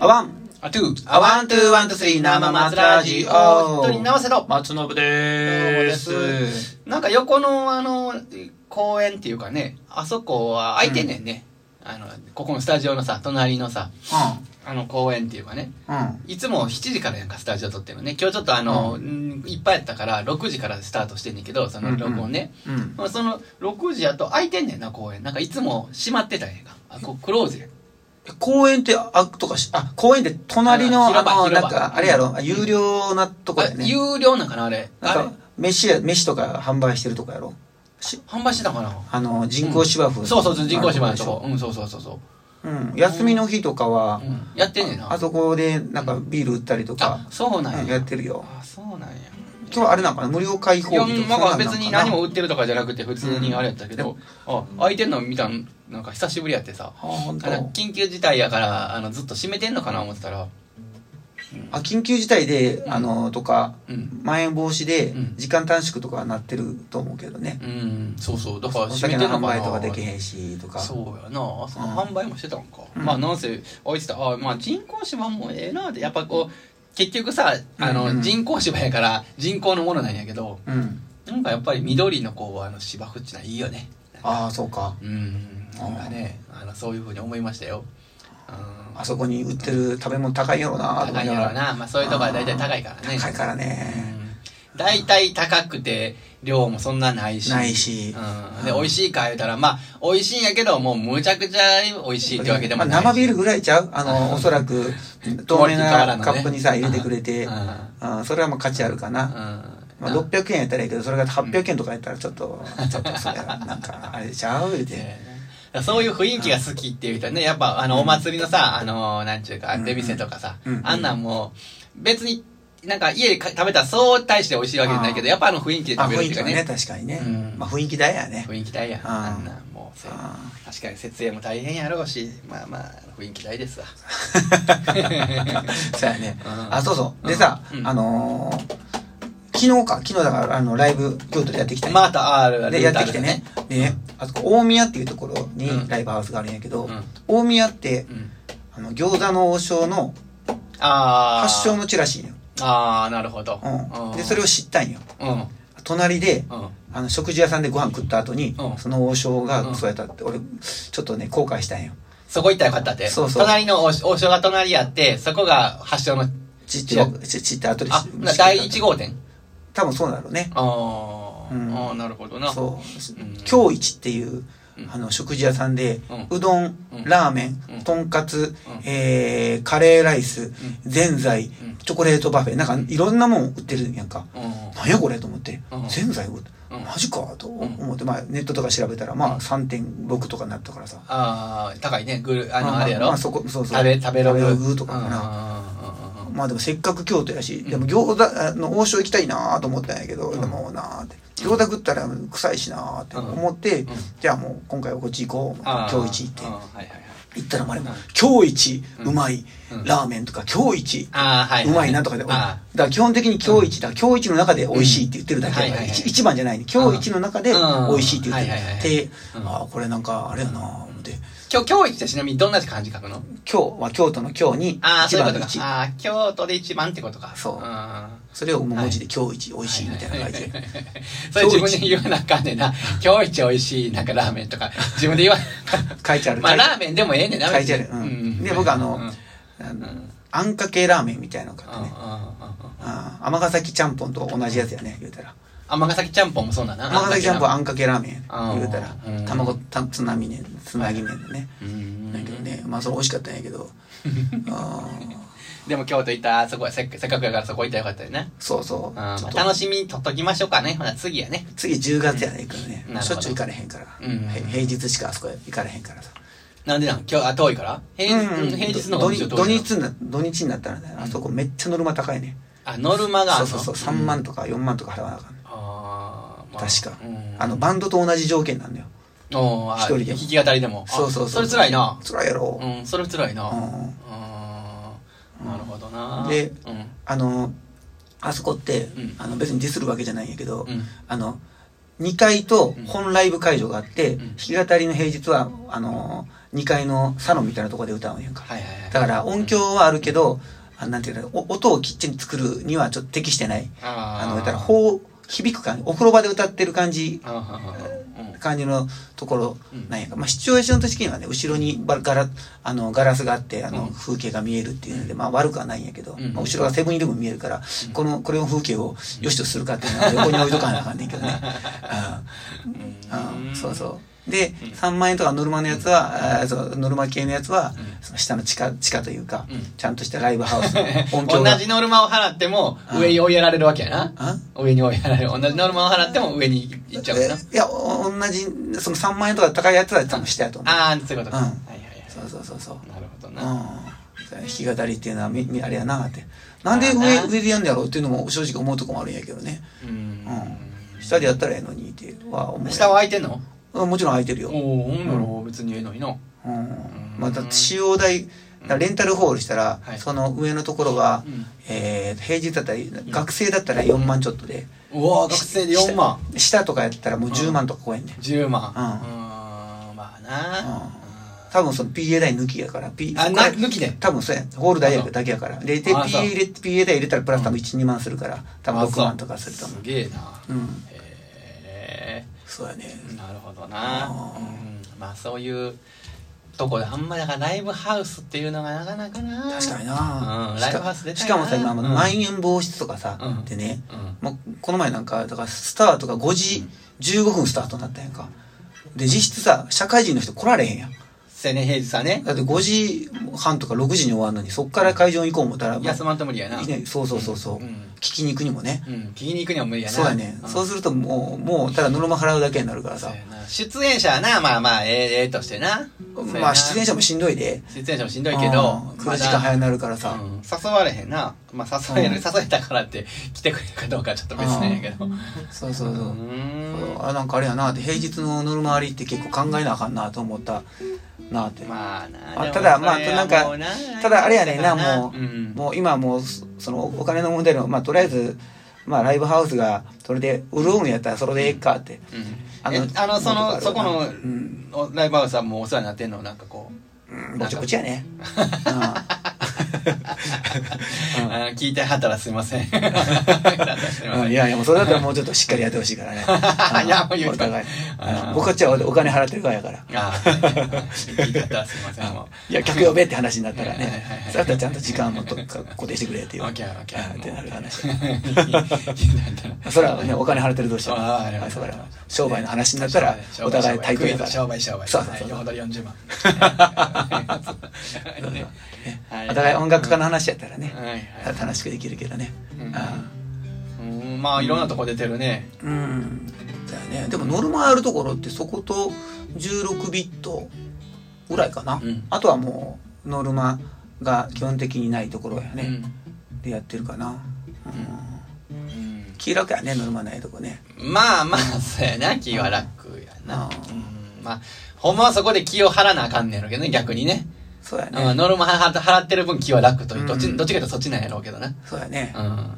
あワン、 あ、トゥー。 あワン、ツー、ワン、ツー、スリー、生松ラジオ。 一人に直せろ。 松信でーす。 なんか横の公園っていうかね、あそこは空いてんねんね。ここのスタジオのさ、隣のさ、公園っていうかね。いつも7時からやんか、スタジオ撮ってるのね。今日ちょっといっぱいやったから、6時からスタートしてんねんけど、その録音ね。その6時やと空いてんねんな、公園。なんかいつも閉まってたんやんか。クローズやん。 公園って、公園で隣の、 広場なんか、あれやろ、有料なとこやね。 有料なんかな、あれ。 なんか、飯とか販売してるとこやろ。 販売してたかな。 人工芝生。 そう、人工芝のとこ。そう。 休みの日とかは、 やってんねんな。 あそこで、なんか、ビール売ったりとか。 そうなんや。 やってるよ。 あ、そうなんや。 今日あれなんかな、無料開放日とか。 いや、なんか別に何も売ってるとかじゃなくて、普通にあれやったけど、空いてんの見たん、なんか久しぶりやってさ、緊急事態やから、ずっと閉めてんのかな思ってたら、 緊急事態で、とか、まん延防止で、時間短縮とかはなってると思うけどね。 そう。だからお閉め酒の販売てんのかな。 とかできへんし、とか。 そうやな。その販売もしてたんか。まあ、なんせ、空いてた。まあ、人工芝もええなって、やっぱこう、結局さ、人工芝やから人工のものなんやけど、なんかやっぱり緑の芝生ってのはいいよね。 ああ、そうか。 なんかね、そういうふうに思いましたよ。 あそこに売ってる食べ物高いやろな。 高いやろな。まあそういうとこは大体高いからね。 高いからね。 大体高くて量もそんなないし。で、美味しいか言うたら、まあ美味しいんやけど、もうむちゃくちゃ美味しいってわけでもないし。 生ビールぐらいちゃうおそらく透明なカップにさ入れてくれて、それはもう価値あるかな。600円やったらいいけど、それが800円とかやったらちょっとそれはなんかあれちゃう言うて。 そういう雰囲気が好きっていう人はね、やっぱお祭りのさ、なんちゅうか、出店とかさ、あんなんもう、別になんか家で食べたらそう大して美味しいわけじゃないけど、やっぱ雰囲気で食べるっていうかね。 確かにね。まあ雰囲気代やね。 雰囲気代や。あんなんもう、確かに設営も大変やろうし、まあ雰囲気代ですわ。 そうやね。そう。でさ、昨日だからライブ京都でやってきたまたでやってきてね。でね、あそこ大宮っていうところにライブハウスがあるんやけど、大宮って餃子の王将の発祥の地らしいよ。 なるほど。 でそれを知ったんよ。隣で食事屋さんでご飯食った後にその王将がそうやったって俺ちょっとね後悔したんよ。 そこ行ったらよかったって。隣の王将が隣やって、そこが発祥の地って後で第1号店。 多分そうなのね。 なるほどな。 そう。京一っていう、食事屋さんで、うどん、ラーメン、とんかつ、カレーライス、ぜんざい、チョコレートパフェ、なんかいろんなもん売ってるやんか。なんやこれと思って、ぜんざいマジかと思って、ネットとか調べたら、3.6 とかになったからさ。 高いね。あれやろ。 そう。 食べログとかかな。でもせっかく京都やし、でも餃子の王将行きたいなと思ったんやけど、でもなーって。餃子食ったら臭いしなーって思って、じゃあもう今回はこっち行こう。京一行って。行ったらあれも、京一うまいラーメンとか、京一うまいなとかで、だから基本的に京一京一の中で美味しいって言ってるだけだから、一番じゃないね。京一の中で美味しいって言ってる。で、これなんかあれやなーって。 京一ってちなみにどんな漢字書くの？ 京は京都の京に一番の一。 京都で一番ってことか。 そう。それを文字で京一美味しいみたいな感じで。 それ自分で言わなあかんねんな。京一美味しいなんかラーメンとか自分で言わ書いてある。 ラーメンでもええねんな。 書いてある。で僕あんかけラーメンみたいなの買ってね。尼崎ちゃんぽんと同じやつやね言うたら。 尼崎ちゃんぽんもそうだな。 尼崎ちゃんぽんあんかけラーメン言うたら卵つなぎ麺でね。だけどね、それ美味しかったんやけど。 でも京都行ったらそこせっかくやからそこ行ったらよかったよね。 そう楽しみ取っときましょうかね。ほな次やね。 次10月やね行くのね。しょっちゅう行かれへんから。平日しかあそこ行かれへんからさ。 なんでなん遠いから平日の方が土日になったらね、あそこめっちゃノルマ高いね。 ノルマがあるの？ そう3万とか4万とか払わなあかんね。確か。バンドと同じ条件なんだよ。一人で弾き語りでも。 そう。 それ辛いな。 辛いやろ。 それ辛いな。なるほどな。 で、あそこって別にディスるわけじゃないんやけど、 2階と本ライブ会場があって、弾き語りの平日は2階のサロンみたいなところで歌うんやんか、だから音響はあるけど、なんていうの、音をきっちり作るにはちょっと適してない、だから響く感じ、お風呂場で歌ってる感じのところなんやんか、まあ、シチュエーション的にはね、後ろにガラスがあって風景が見えるっていうので、まあ、悪くはないんやけど、まあ、後ろがセブンイレブン見えるから、これの風景を良しとするかっていうのは横に置いとかなあかんねんけどねそうそうで、3万円とかノルマのやつは、ノルマ系のやつは、その下の地下というか、ちゃんとしたライブハウスの音響が同じノルマを払っても上に追いやられるわけやな。上に追いやられる。同じノルマを払っても上に行っちゃうな。いや、同じ、その3万円とか高いやつは多分下やと思う。 ああ、そういうことか。はいはいはい。 そう。 なるほどな。 弾き語りっていうのはあれやなって。なんで上でやんのやろうっていうのも正直思うとこもあるんやけどね。下でやったらええのにっては思う。 下は空いてんの？ もちろん空いてるよ。 別にええのにな。 まあだって使用代、レンタルホールしたら、その上のところは、平日だったら、学生だったら4万ちょっとで。 うわ、学生で4万。 下とかやったらもう10万とか超えんねん。 10万。まあな。 多分その PA 代抜きやから。 抜きで多分そうや。ホール代だけやから。で、PA 代入れたらプラス多分1、2万するから、多分6万とかすると思う。 すげえな。 そうやね。 なるほどな。まあそういうとこであんまりライブハウスっていうのがなかなかな。 確かにな。 ライブハウス出たいな。 しかもさ、今まん延防止とかさ、でね、この前なんかだからスタートが5時15分スタートになったやんか。で実質さ、社会人の人来られへんやん。 青年平日はね。 だって5時半とか6時に終わるのに、そっから会場に行こう思ったら、 休まんと無理やな。 そう。聞きに行くにもね。 聞きに行くには無理やな。 そうやね。そうするともうただノルマ払うだけになるからさ。 出演者はな、まあええとしてな。 まあ出演者もしんどいで。 出演者もしんどいけど、 来る時間早くなるからさ。 誘われへんな。まあ誘えたからって来てくれるかどうかはちょっと別なんやけど。 そう。なんかあれやなって、平日のノルマ割りって結構考えなあかんなと思ったなって。 まあな。 ただまあなんか、ただあれやねんな、もう今もうそのお金の問題の、まあとりあえず、まあライブハウスがそれで潤うんやったらそれでええかって。 そこのライブハウスはもうお世話になってんの？なんかこう。 ぼちぼちやね。 聞いてはったらすいません。 いやもうそれだったらもうちょっとしっかりやってほしいからね。 いやもう言うたら僕こっちはお金払ってる側やから。 聞いてはったらすいません。 いや客呼べって話になったらね、そうやったらちゃんと時間も固定してくれっていうってなる話。それはね、お金払ってる同士は商売の話になったらお互い対等やから。 商売。そう。横取り40万。 お互い音楽家の話やったらね、楽しくできるけどね。 まあいろんなとこ出てるね。 だよね。でもノルマあるところってそこと16ビットぐらいかな。あとはもうノルマが基本的にないところやね。でやってるかな。気楽やね、ノルマないとこね。 まあそうやな、気は楽やな。まあほんまはそこで気を張らなあかんねやろうけどね、逆にね。 そうやね。 ノルマ払ってる分気は楽という、どっちかというとそっちなんやろうけどな。 そうやね。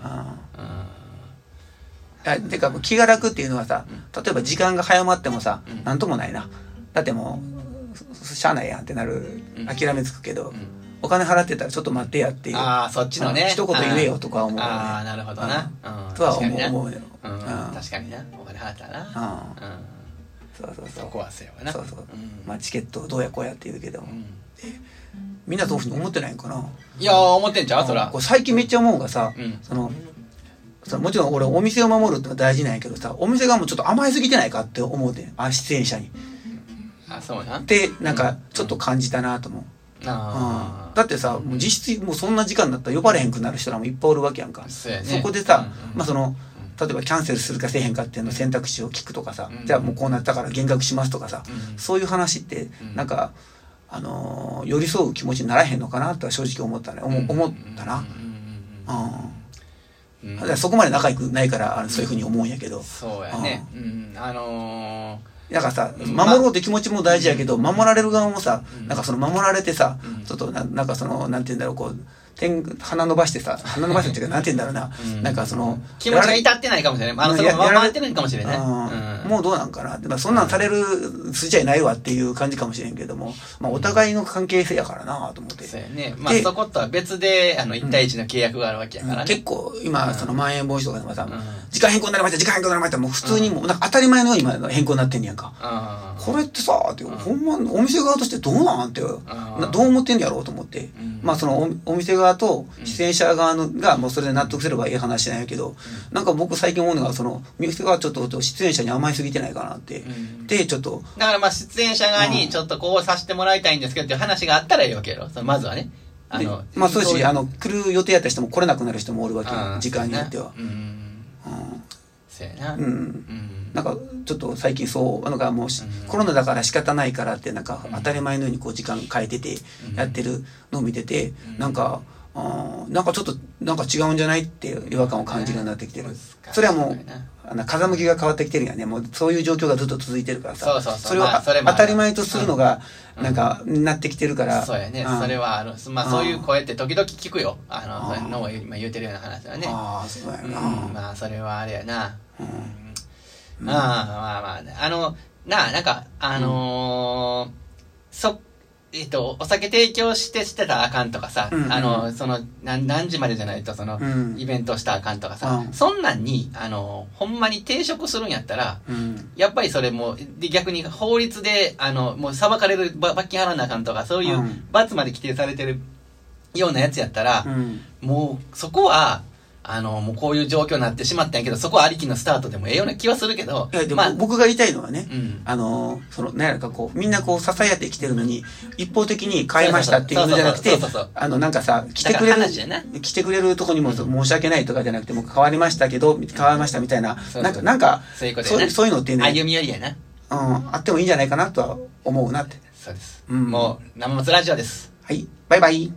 てか気が楽っていうのはさ、例えば時間が早まってもさ、なんともないな。だってもうしゃあないやんってなる、諦めつくけど、お金払ってたらちょっと待ってやっていう。 そっちのね。 一言言えよとか思うよね。 なるほどな。 とは思うよ。 確かにな。お金払ったな。 そう。 そこはせよな。 そう。まあチケットどうやこうやって言うけど。みんなどういうふうに思ってないんかな。 いや思ってんちゃうそら。 最近めっちゃ思うがさ、もちろん俺お店を守るってのは大事なんやけどさ、お店側もちょっと甘えすぎてないかって思うて、出演者に。 そうな。 ってなんかちょっと感じたなと思う。だってさ、もう実質もうそんな時間だったら呼ばれへんくなる人らもいっぱいおるわけやんか。そこでさ、まあ例えばキャンセルするかせえへんかっていうの選択肢を聞くとかさ、じゃあもうこうなったから減額しますとかさ、そういう話ってなんか寄り添う気持ちにならへんのかなとは正直思ったね。思ったな。そこまで仲良くないからそういうふうに思うんやけど。 そうやね。 なんかさ、守ろうって気持ちも大事やけど、守られる側もさ、なんかその守られてさ、ちょっとなんかそのなんて言うんだろう、こう鼻伸ばしてさ、鼻伸ばしてっていうか、なんて言うんだろうな。なんかその、 気持ちが至ってないかもしれない。そのまま回ってないかもしれない。 もうどうなんかな。そんなんされる筋合いないわっていう感じかもしれんけども、まあお互いの関係性やからなと思って。 そうやね。まあそことは別で、1対1の契約があるわけやからね。 結構、今、そのまん延防止とかでもさ、時間変更になりました、時間変更になりました、もう普通にもう、なんか当たり前のように今変更になってんねやんか。これってさ、ほんま、お店側としてどうなんて、どう思ってんやろうと思って。まあそのお店側と出演者側がもうそれで納得すればいい話なんやけど、なんか僕最近思うのが、その、店側ちょっと出演者に甘いすぎてないかなって。で、ちょっと。 だからまあ出演者側にちょっとこうさせてもらいたいんですけどっていう話があったらいいわけやろ。まずはね。 まあそうし、来る予定やった人も来れなくなる人もおるわけよ。時間によっては。 そうやな。 なんかちょっと最近そうなんかもうコロナだから仕方ないからってなんか当たり前のようにこう時間変えててやってるのを見ててなんかなんかちょっとなんか違うんじゃないって違和感を感じるようになってきてる。それはもう風向きが変わってきてるんやね。もうそういう状況がずっと続いてるからさ、それを当たり前とするのがなんかなってきてるから。 そうやね。それはまあそういう声って時々聞くよ。そういうのを今言うてるような話だね。 ああそうやな。 まあそれはあれやな。まあなんかお酒提供してたらあかんとかさ、その何時までじゃないとそのイベントしたらあかんとかさ、そんなんにほんまに抵触するんやったら、やっぱりそれも逆に法律でもう裁かれる罰金払わなあかんとかそういう罰まで規定されてるようなやつやったら、もうそこはもうこういう状況になってしまったんやけど、そこはありきのスタートでもええような気はするけど。 いや、でも、僕が言いたいのはね、なんやろかこう、みんなこう支え合ってきてるのに、一方的に変えましたっていうのじゃなくて、なんかさ、来てくれるとこにも申し訳ないとかじゃなくて、もう変わりましたけど、変わりましたみたいな、なんか、そういうのってね、 歩み寄りやな。 あってもいいんじゃないかなとは思うなって。 そうです。もう、生松ラジオです。 はい、バイバイ。